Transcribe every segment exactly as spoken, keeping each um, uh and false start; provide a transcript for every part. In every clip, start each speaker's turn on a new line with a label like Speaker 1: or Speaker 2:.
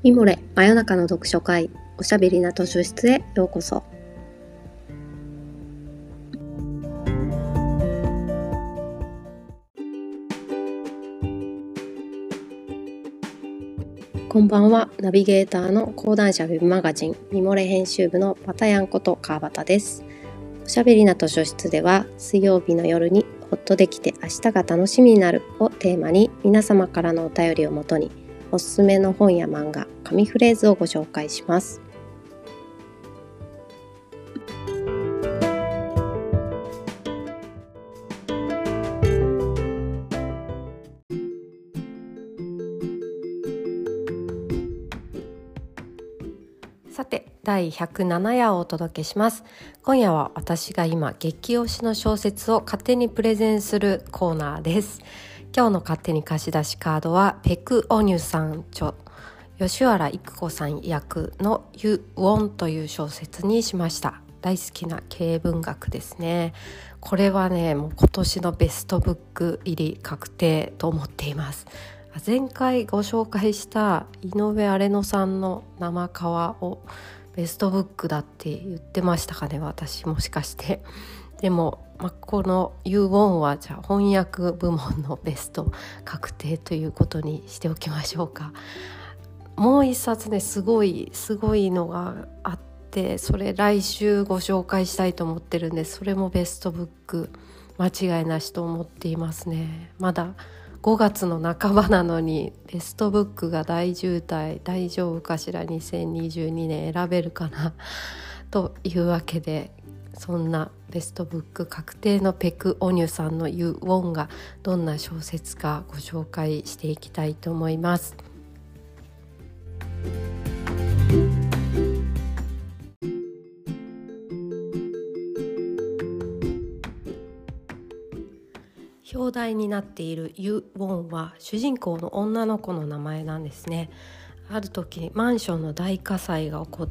Speaker 1: ミモレ真夜中の読書会、おしゃべりな図書室へようこそ。こんばんは。ナビゲーターの講談社ウェブマガジンミモレ編集部のパタヤンこと川端です。おしゃべりな図書室では、水曜日の夜にほっとできて明日が楽しみになるをテーマに、皆様からのお便りをもとにおすすめの本や漫画、紙フレーズをご紹介します。さて、だいひゃくなな夜をお届けします。今夜は私が今激推しの小説を勝手にプレゼンするコーナーです。今日の勝手に貸し出しカードはペク・オニュさん著、吉原育子さん役のユ・ウォンという小説にしました。大好きな経営文学ですね。これはね、もう今年のベストブック入り確定と思っています。前回ご紹介した井上荒野さんの生皮をベストブックだって言ってましたかね、私もしかして。でも、まあ、このユーウォンはじゃあ翻訳部門のベスト確定ということにしておきましょうか。もう一冊ね、すごいすごいのがあって、それ来週ご紹介したいと思ってるんで、それもベストブック間違いなしと思っていますね。まだごがつの半ばなのにベストブックが大渋滞、大丈夫かしら、にせんにじゅうにねん選べるかなというわけで、そんなベストブック確定のペク・オニュさんのユ・ウォンがどんな小説かご紹介していきたいと思います。表題になっているユ・ウォンは主人公の女の子の名前なんですね。ある時マンションの大火災が起こって、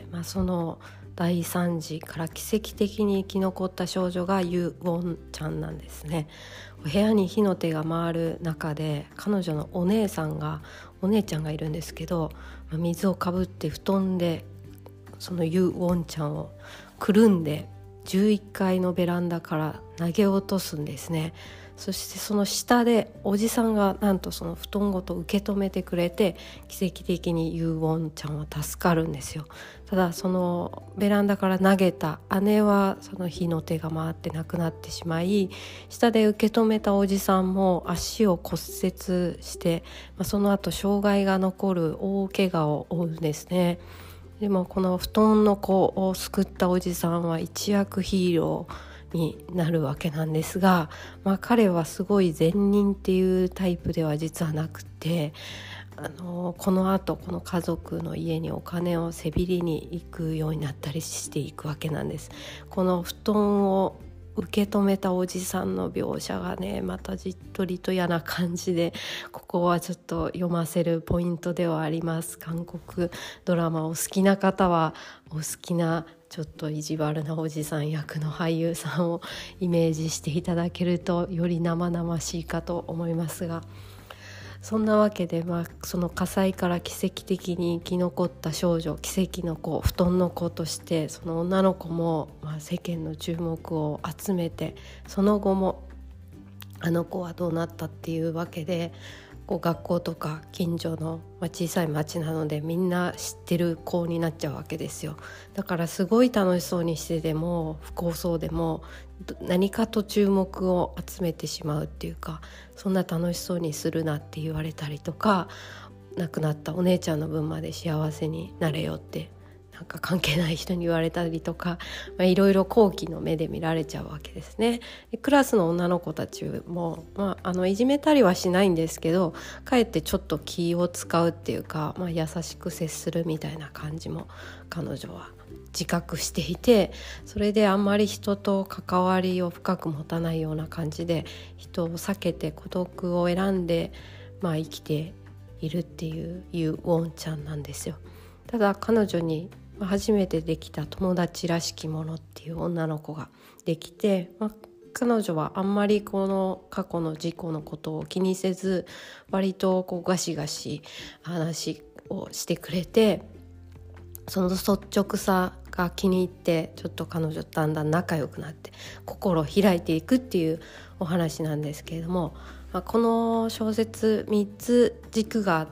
Speaker 1: まあ、その大惨事から奇跡的に生き残った少女がユ・ウォンちゃんなんですね。部屋に火の手が回る中で、彼女のお姉さんがお姉ちゃんがいるんですけど、まあ、水をかぶって布団でそのユ・ウォンちゃんをくるんでじゅういっかいのベランダから投げ落とすんですね。そしてその下でおじさんがなんとその布団ごと受け止めてくれて、奇跡的にユーウォンちゃんは助かるんですよ。ただそのベランダから投げた姉はその火の手が回って亡くなってしまい、下で受け止めたおじさんも足を骨折して、まあ、その後障害が残る大怪我を負うんですね。でもこの布団の子を救ったおじさんは一躍ヒーローになるわけなんですが、まあ、彼はすごい善人っていうタイプでは実はなくて、あのこの後この家族の家にお金をせびりに行くようになったりしていくわけなんです。この布団を受け止めたおじさんの描写がね、またじっとりと嫌な感じで、ここはちょっと読ませるポイントではあります。韓国ドラマを好きな方はお好きなちょっと意地悪なおじさん役の俳優さんをイメージしていただけるとより生々しいかと思いますが、そんなわけで、まあ、その火災から奇跡的に生き残った少女、奇跡の子、布団の子としてその女の子も、まあ、世間の注目を集めて、その後もあの子はどうなったっていうわけで、こう学校とか近所の、まあ、小さい町なのでみんな知ってる子になっちゃうわけですよ。だからすごい楽しそうにしてでも不幸そうでも何かと注目を集めてしまうっていうか、そんな楽しそうにするなって言われたりとか、亡くなったお姉ちゃんの分まで幸せになれよってなんか関係ない人に言われたりとか、いろいろ好奇の目で見られちゃうわけですね。でクラスの女の子たちも、まあ、あのいじめたりはしないんですけど、かえってちょっと気を使うっていうか、まあ、優しく接するみたいな感じも彼女は自覚していて、それであんまり人と関わりを深く持たないような感じで、人を避けて孤独を選んで、まあ、生きているっていうユ・ウォンちゃんなんですよ。ただ彼女に初めてできた友達らしきものっていう女の子ができて、まあ、彼女はあんまりこの過去の事故のことを気にせず、割とこうガシガシ話をしてくれて、その率直さが気に入ってちょっと彼女とだんだん仲良くなって心を開いていくっていうお話なんですけれども、まあ、この小説みっつ軸があって、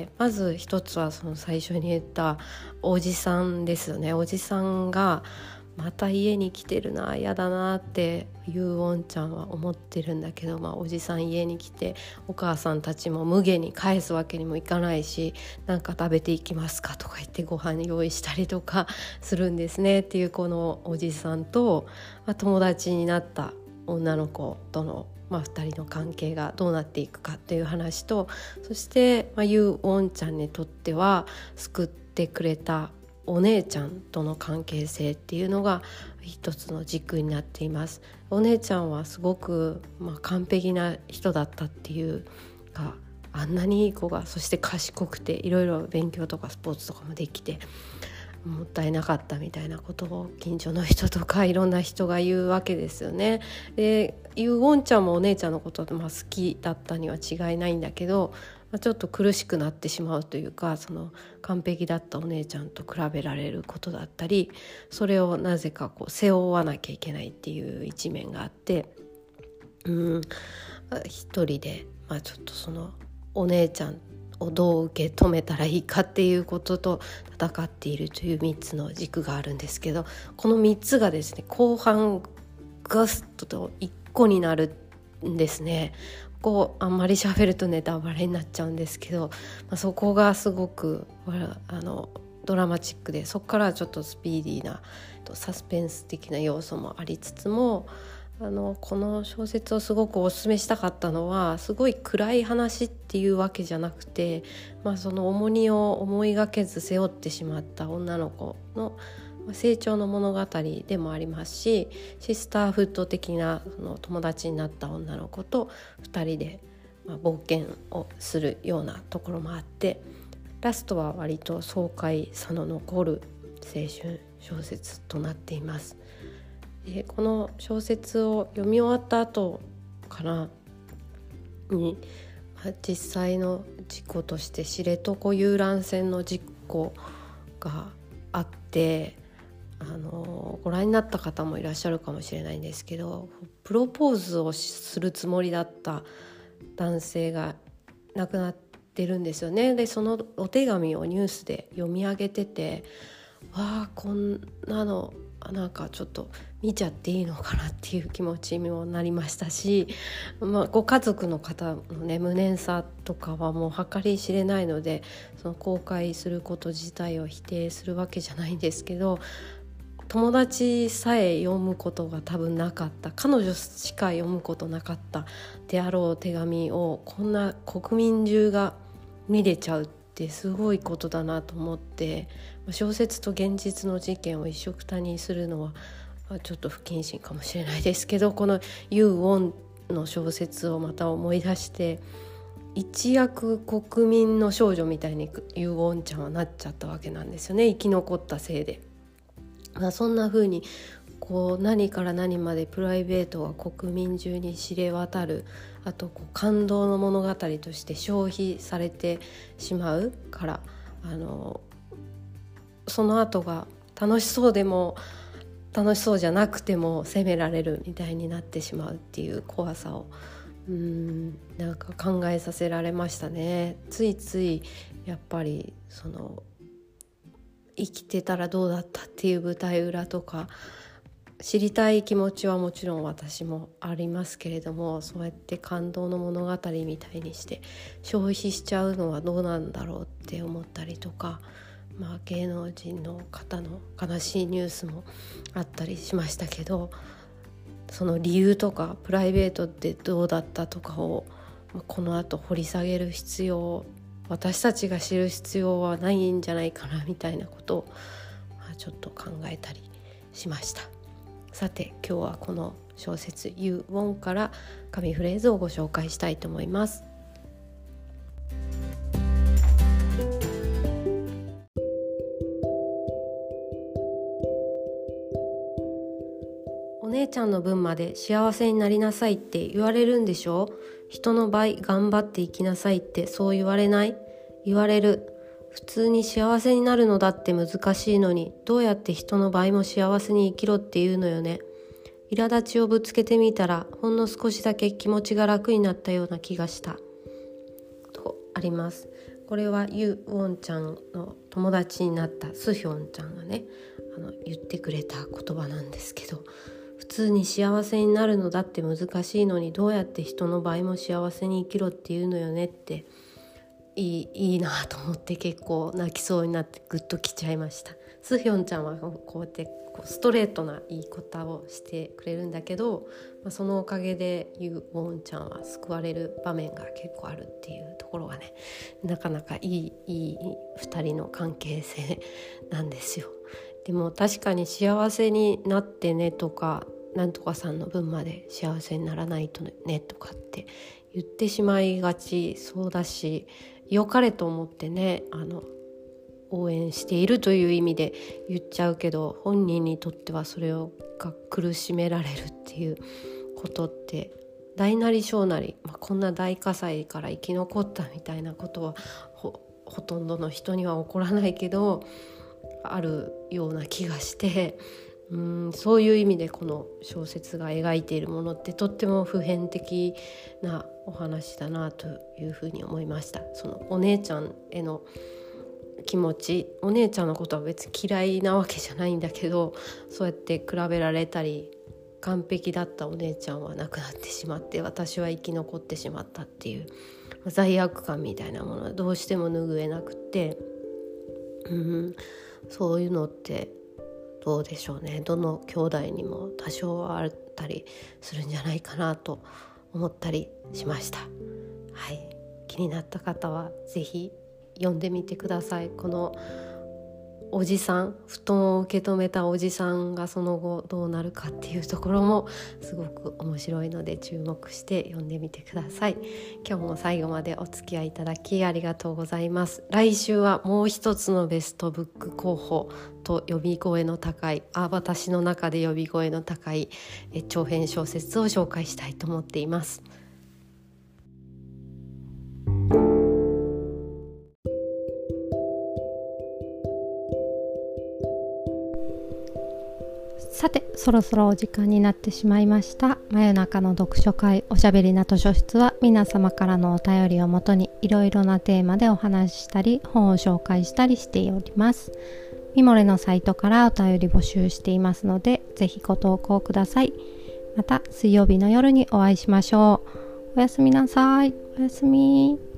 Speaker 1: まず一つはその最初に言ったおじさんですよね。おじさんがまた家に来てるな、嫌だなってゆうおんちゃんは思ってるんだけど、まあ、おじさん家に来てお母さんたちも無下に返すわけにもいかないし、なんか食べていきますかとか言ってご飯用意したりとかするんですねっていう、このおじさんと、まあ、友達になった女の子との、まあ、ふたりの関係がどうなっていくかっていう話と、そして、まあ、ゆうおんちゃんにとっては救ってくれたお姉ちゃんとの関係性っていうのが一つの軸になっています。お姉ちゃんはすごく、まあ、完璧な人だったっていうか、あんなにいい子が、そして賢くていろいろ勉強とかスポーツとかもできてもったいなかったみたいなことを近所の人とかいろんな人が言うわけですよね。でゆうおんちゃんもお姉ちゃんのことまあ好きだったには違いないんだけど、ちょっと苦しくなってしまうというか、その完璧だったお姉ちゃんと比べられることだったり、それをなぜかこう背負わなきゃいけないっていう一面があって、うん一人で、まあ、ちょっとそのお姉ちゃんをどう受け止めたらいいかっていうことと戦っているというみっつの軸があるんですけど、このみっつがですね、後半ガスッといっこになるんですね。こうあんまり喋るとネタバレになっちゃうんですけど、まあ、そこがすごくあのドラマチックで、そこからちょっとスピーディーなサスペンス的な要素もありつつも、あのこの小説をすごくお勧めしたかったのは、すごい暗い話っていうわけじゃなくて、まあ、その重荷を思いがけず背負ってしまった女の子の成長の物語でもありますし、シスターフッド的なその友達になった女の子とふたりでまあ冒険をするようなところもあって、ラストは割と爽快さの残る青春小説となっています。でこの小説を読み終わった後からに、まあ、実際の事故として知床遊覧船の事故があって、あのご覧になった方もいらっしゃるかもしれないんですけど、プロポーズをするつもりだった男性が亡くなってるんですよね。でそのお手紙をニュースで読み上げてて、わあこんなのなんかちょっと見ちゃっていいのかなっていう気持ちにもなりましたし、まあ、ご家族の方のね無念さとかはもう計り知れないので、その公開すること自体を否定するわけじゃないんですけど、友達さえ読むことが多分なかった、彼女しか読むことなかったであろう手紙をこんな国民中が見れちゃうってすごいことだなと思って、小説と現実の事件を一緒くたにするのはちょっと不謹慎かもしれないですけど、このユー・ウォンの小説をまた思い出して、一躍国民の少女みたいにユー・ウォンちゃんはなっちゃったわけなんですよね、生き残ったせいで。まあ、そんな風にこう何から何までプライベートが国民中に知れ渡る、あとこう感動の物語として消費されてしまうから、あのその後が楽しそうでも楽しそうじゃなくても責められるみたいになってしまうっていう怖さをうーんなんか考えさせられましたね。ついついやっぱりその生きてたらどうだったっていう舞台裏とか知りたい気持ちはもちろん私もありますけれども、そうやって感動の物語みたいにして消費しちゃうのはどうなんだろうって思ったりとか、まあ、芸能人の方の悲しいニュースもあったりしましたけど、その理由とかプライベートってどうだったとかをこの後掘り下げる必要、私たちが知る必要はないんじゃないかなみたいなことを、まあ、ちょっと考えたりしました。さて今日はこの小説ユー・ウォンから神フレーズをご紹介したいと思います。お姉ちゃんの分まで幸せになりなさいって言われるんでしょ。人の倍頑張っていきなさいってそう言われない？言われる。 普通に幸せになるのだって難しいのに、どうやって人の倍も幸せに生きろっていうのよね。苛立ちをぶつけてみたら、ほんの少しだけ気持ちが楽になったような気がしたとあります。これはユ・ウォンちゃんの友達になったスヒョンちゃんがねあの言ってくれた言葉なんですけど、普通に幸せになるのだって難しいのに、どうやって人の倍も幸せに生きろっていうのよねっていい、いいなと思って、結構泣きそうになってグッときちゃいました。スヒョンちゃんはこうやってこうストレートな言い方をしてくれるんだけど、まあ、そのおかげでユ・ウォンちゃんは救われる場面が結構あるっていうところがね、なかなかいい、いいふたりの関係性なんですよ。でも確かに幸せになってねとか、なんとかさんの分まで幸せにならないとねとかって言ってしまいがちそうだし、良かれと思ってねあの応援しているという意味で言っちゃうけど、本人にとってはそれをが苦しめられるっていうことって大なり小なり、まあ、こんな大火災から生き残ったみたいなことは ほ, ほとんどの人には起こらないけどあるような気がして、うーんそういう意味でこの小説が描いているものってとっても普遍的なお話だなというふうに思いました。そのお姉ちゃんへの気持ち、お姉ちゃんのことは別に嫌いなわけじゃないんだけど、そうやって比べられたり、完璧だったお姉ちゃんは亡くなってしまって私は生き残ってしまったっていう罪悪感みたいなものはどうしても拭えなくて、うん、そういうのってどうでしょうね。どの兄弟にも多少はあったりするんじゃないかなと思ったりしました。はい、気になった方はぜひ読んでみてください。このおじさん、布団を受け止めたおじさんがその後どうなるかっていうところもすごく面白いので注目して読んでみてください。今日も最後までお付き合いいただきありがとうございます。来週はもう一つのベストブック候補と呼び声の高いあ私の中で呼び声の高いえ長編小説を紹介したいと思っています。
Speaker 2: さて、そろそろお時間になってしまいました。真夜中の読書会おしゃべりな図書室は、皆様からのお便りをもとにいろいろなテーマでお話ししたり本を紹介したりしております。ミモレのサイトからお便り募集していますので、ぜひご投稿ください。また水曜日の夜にお会いしましょう。おやすみなさい。おやすみ。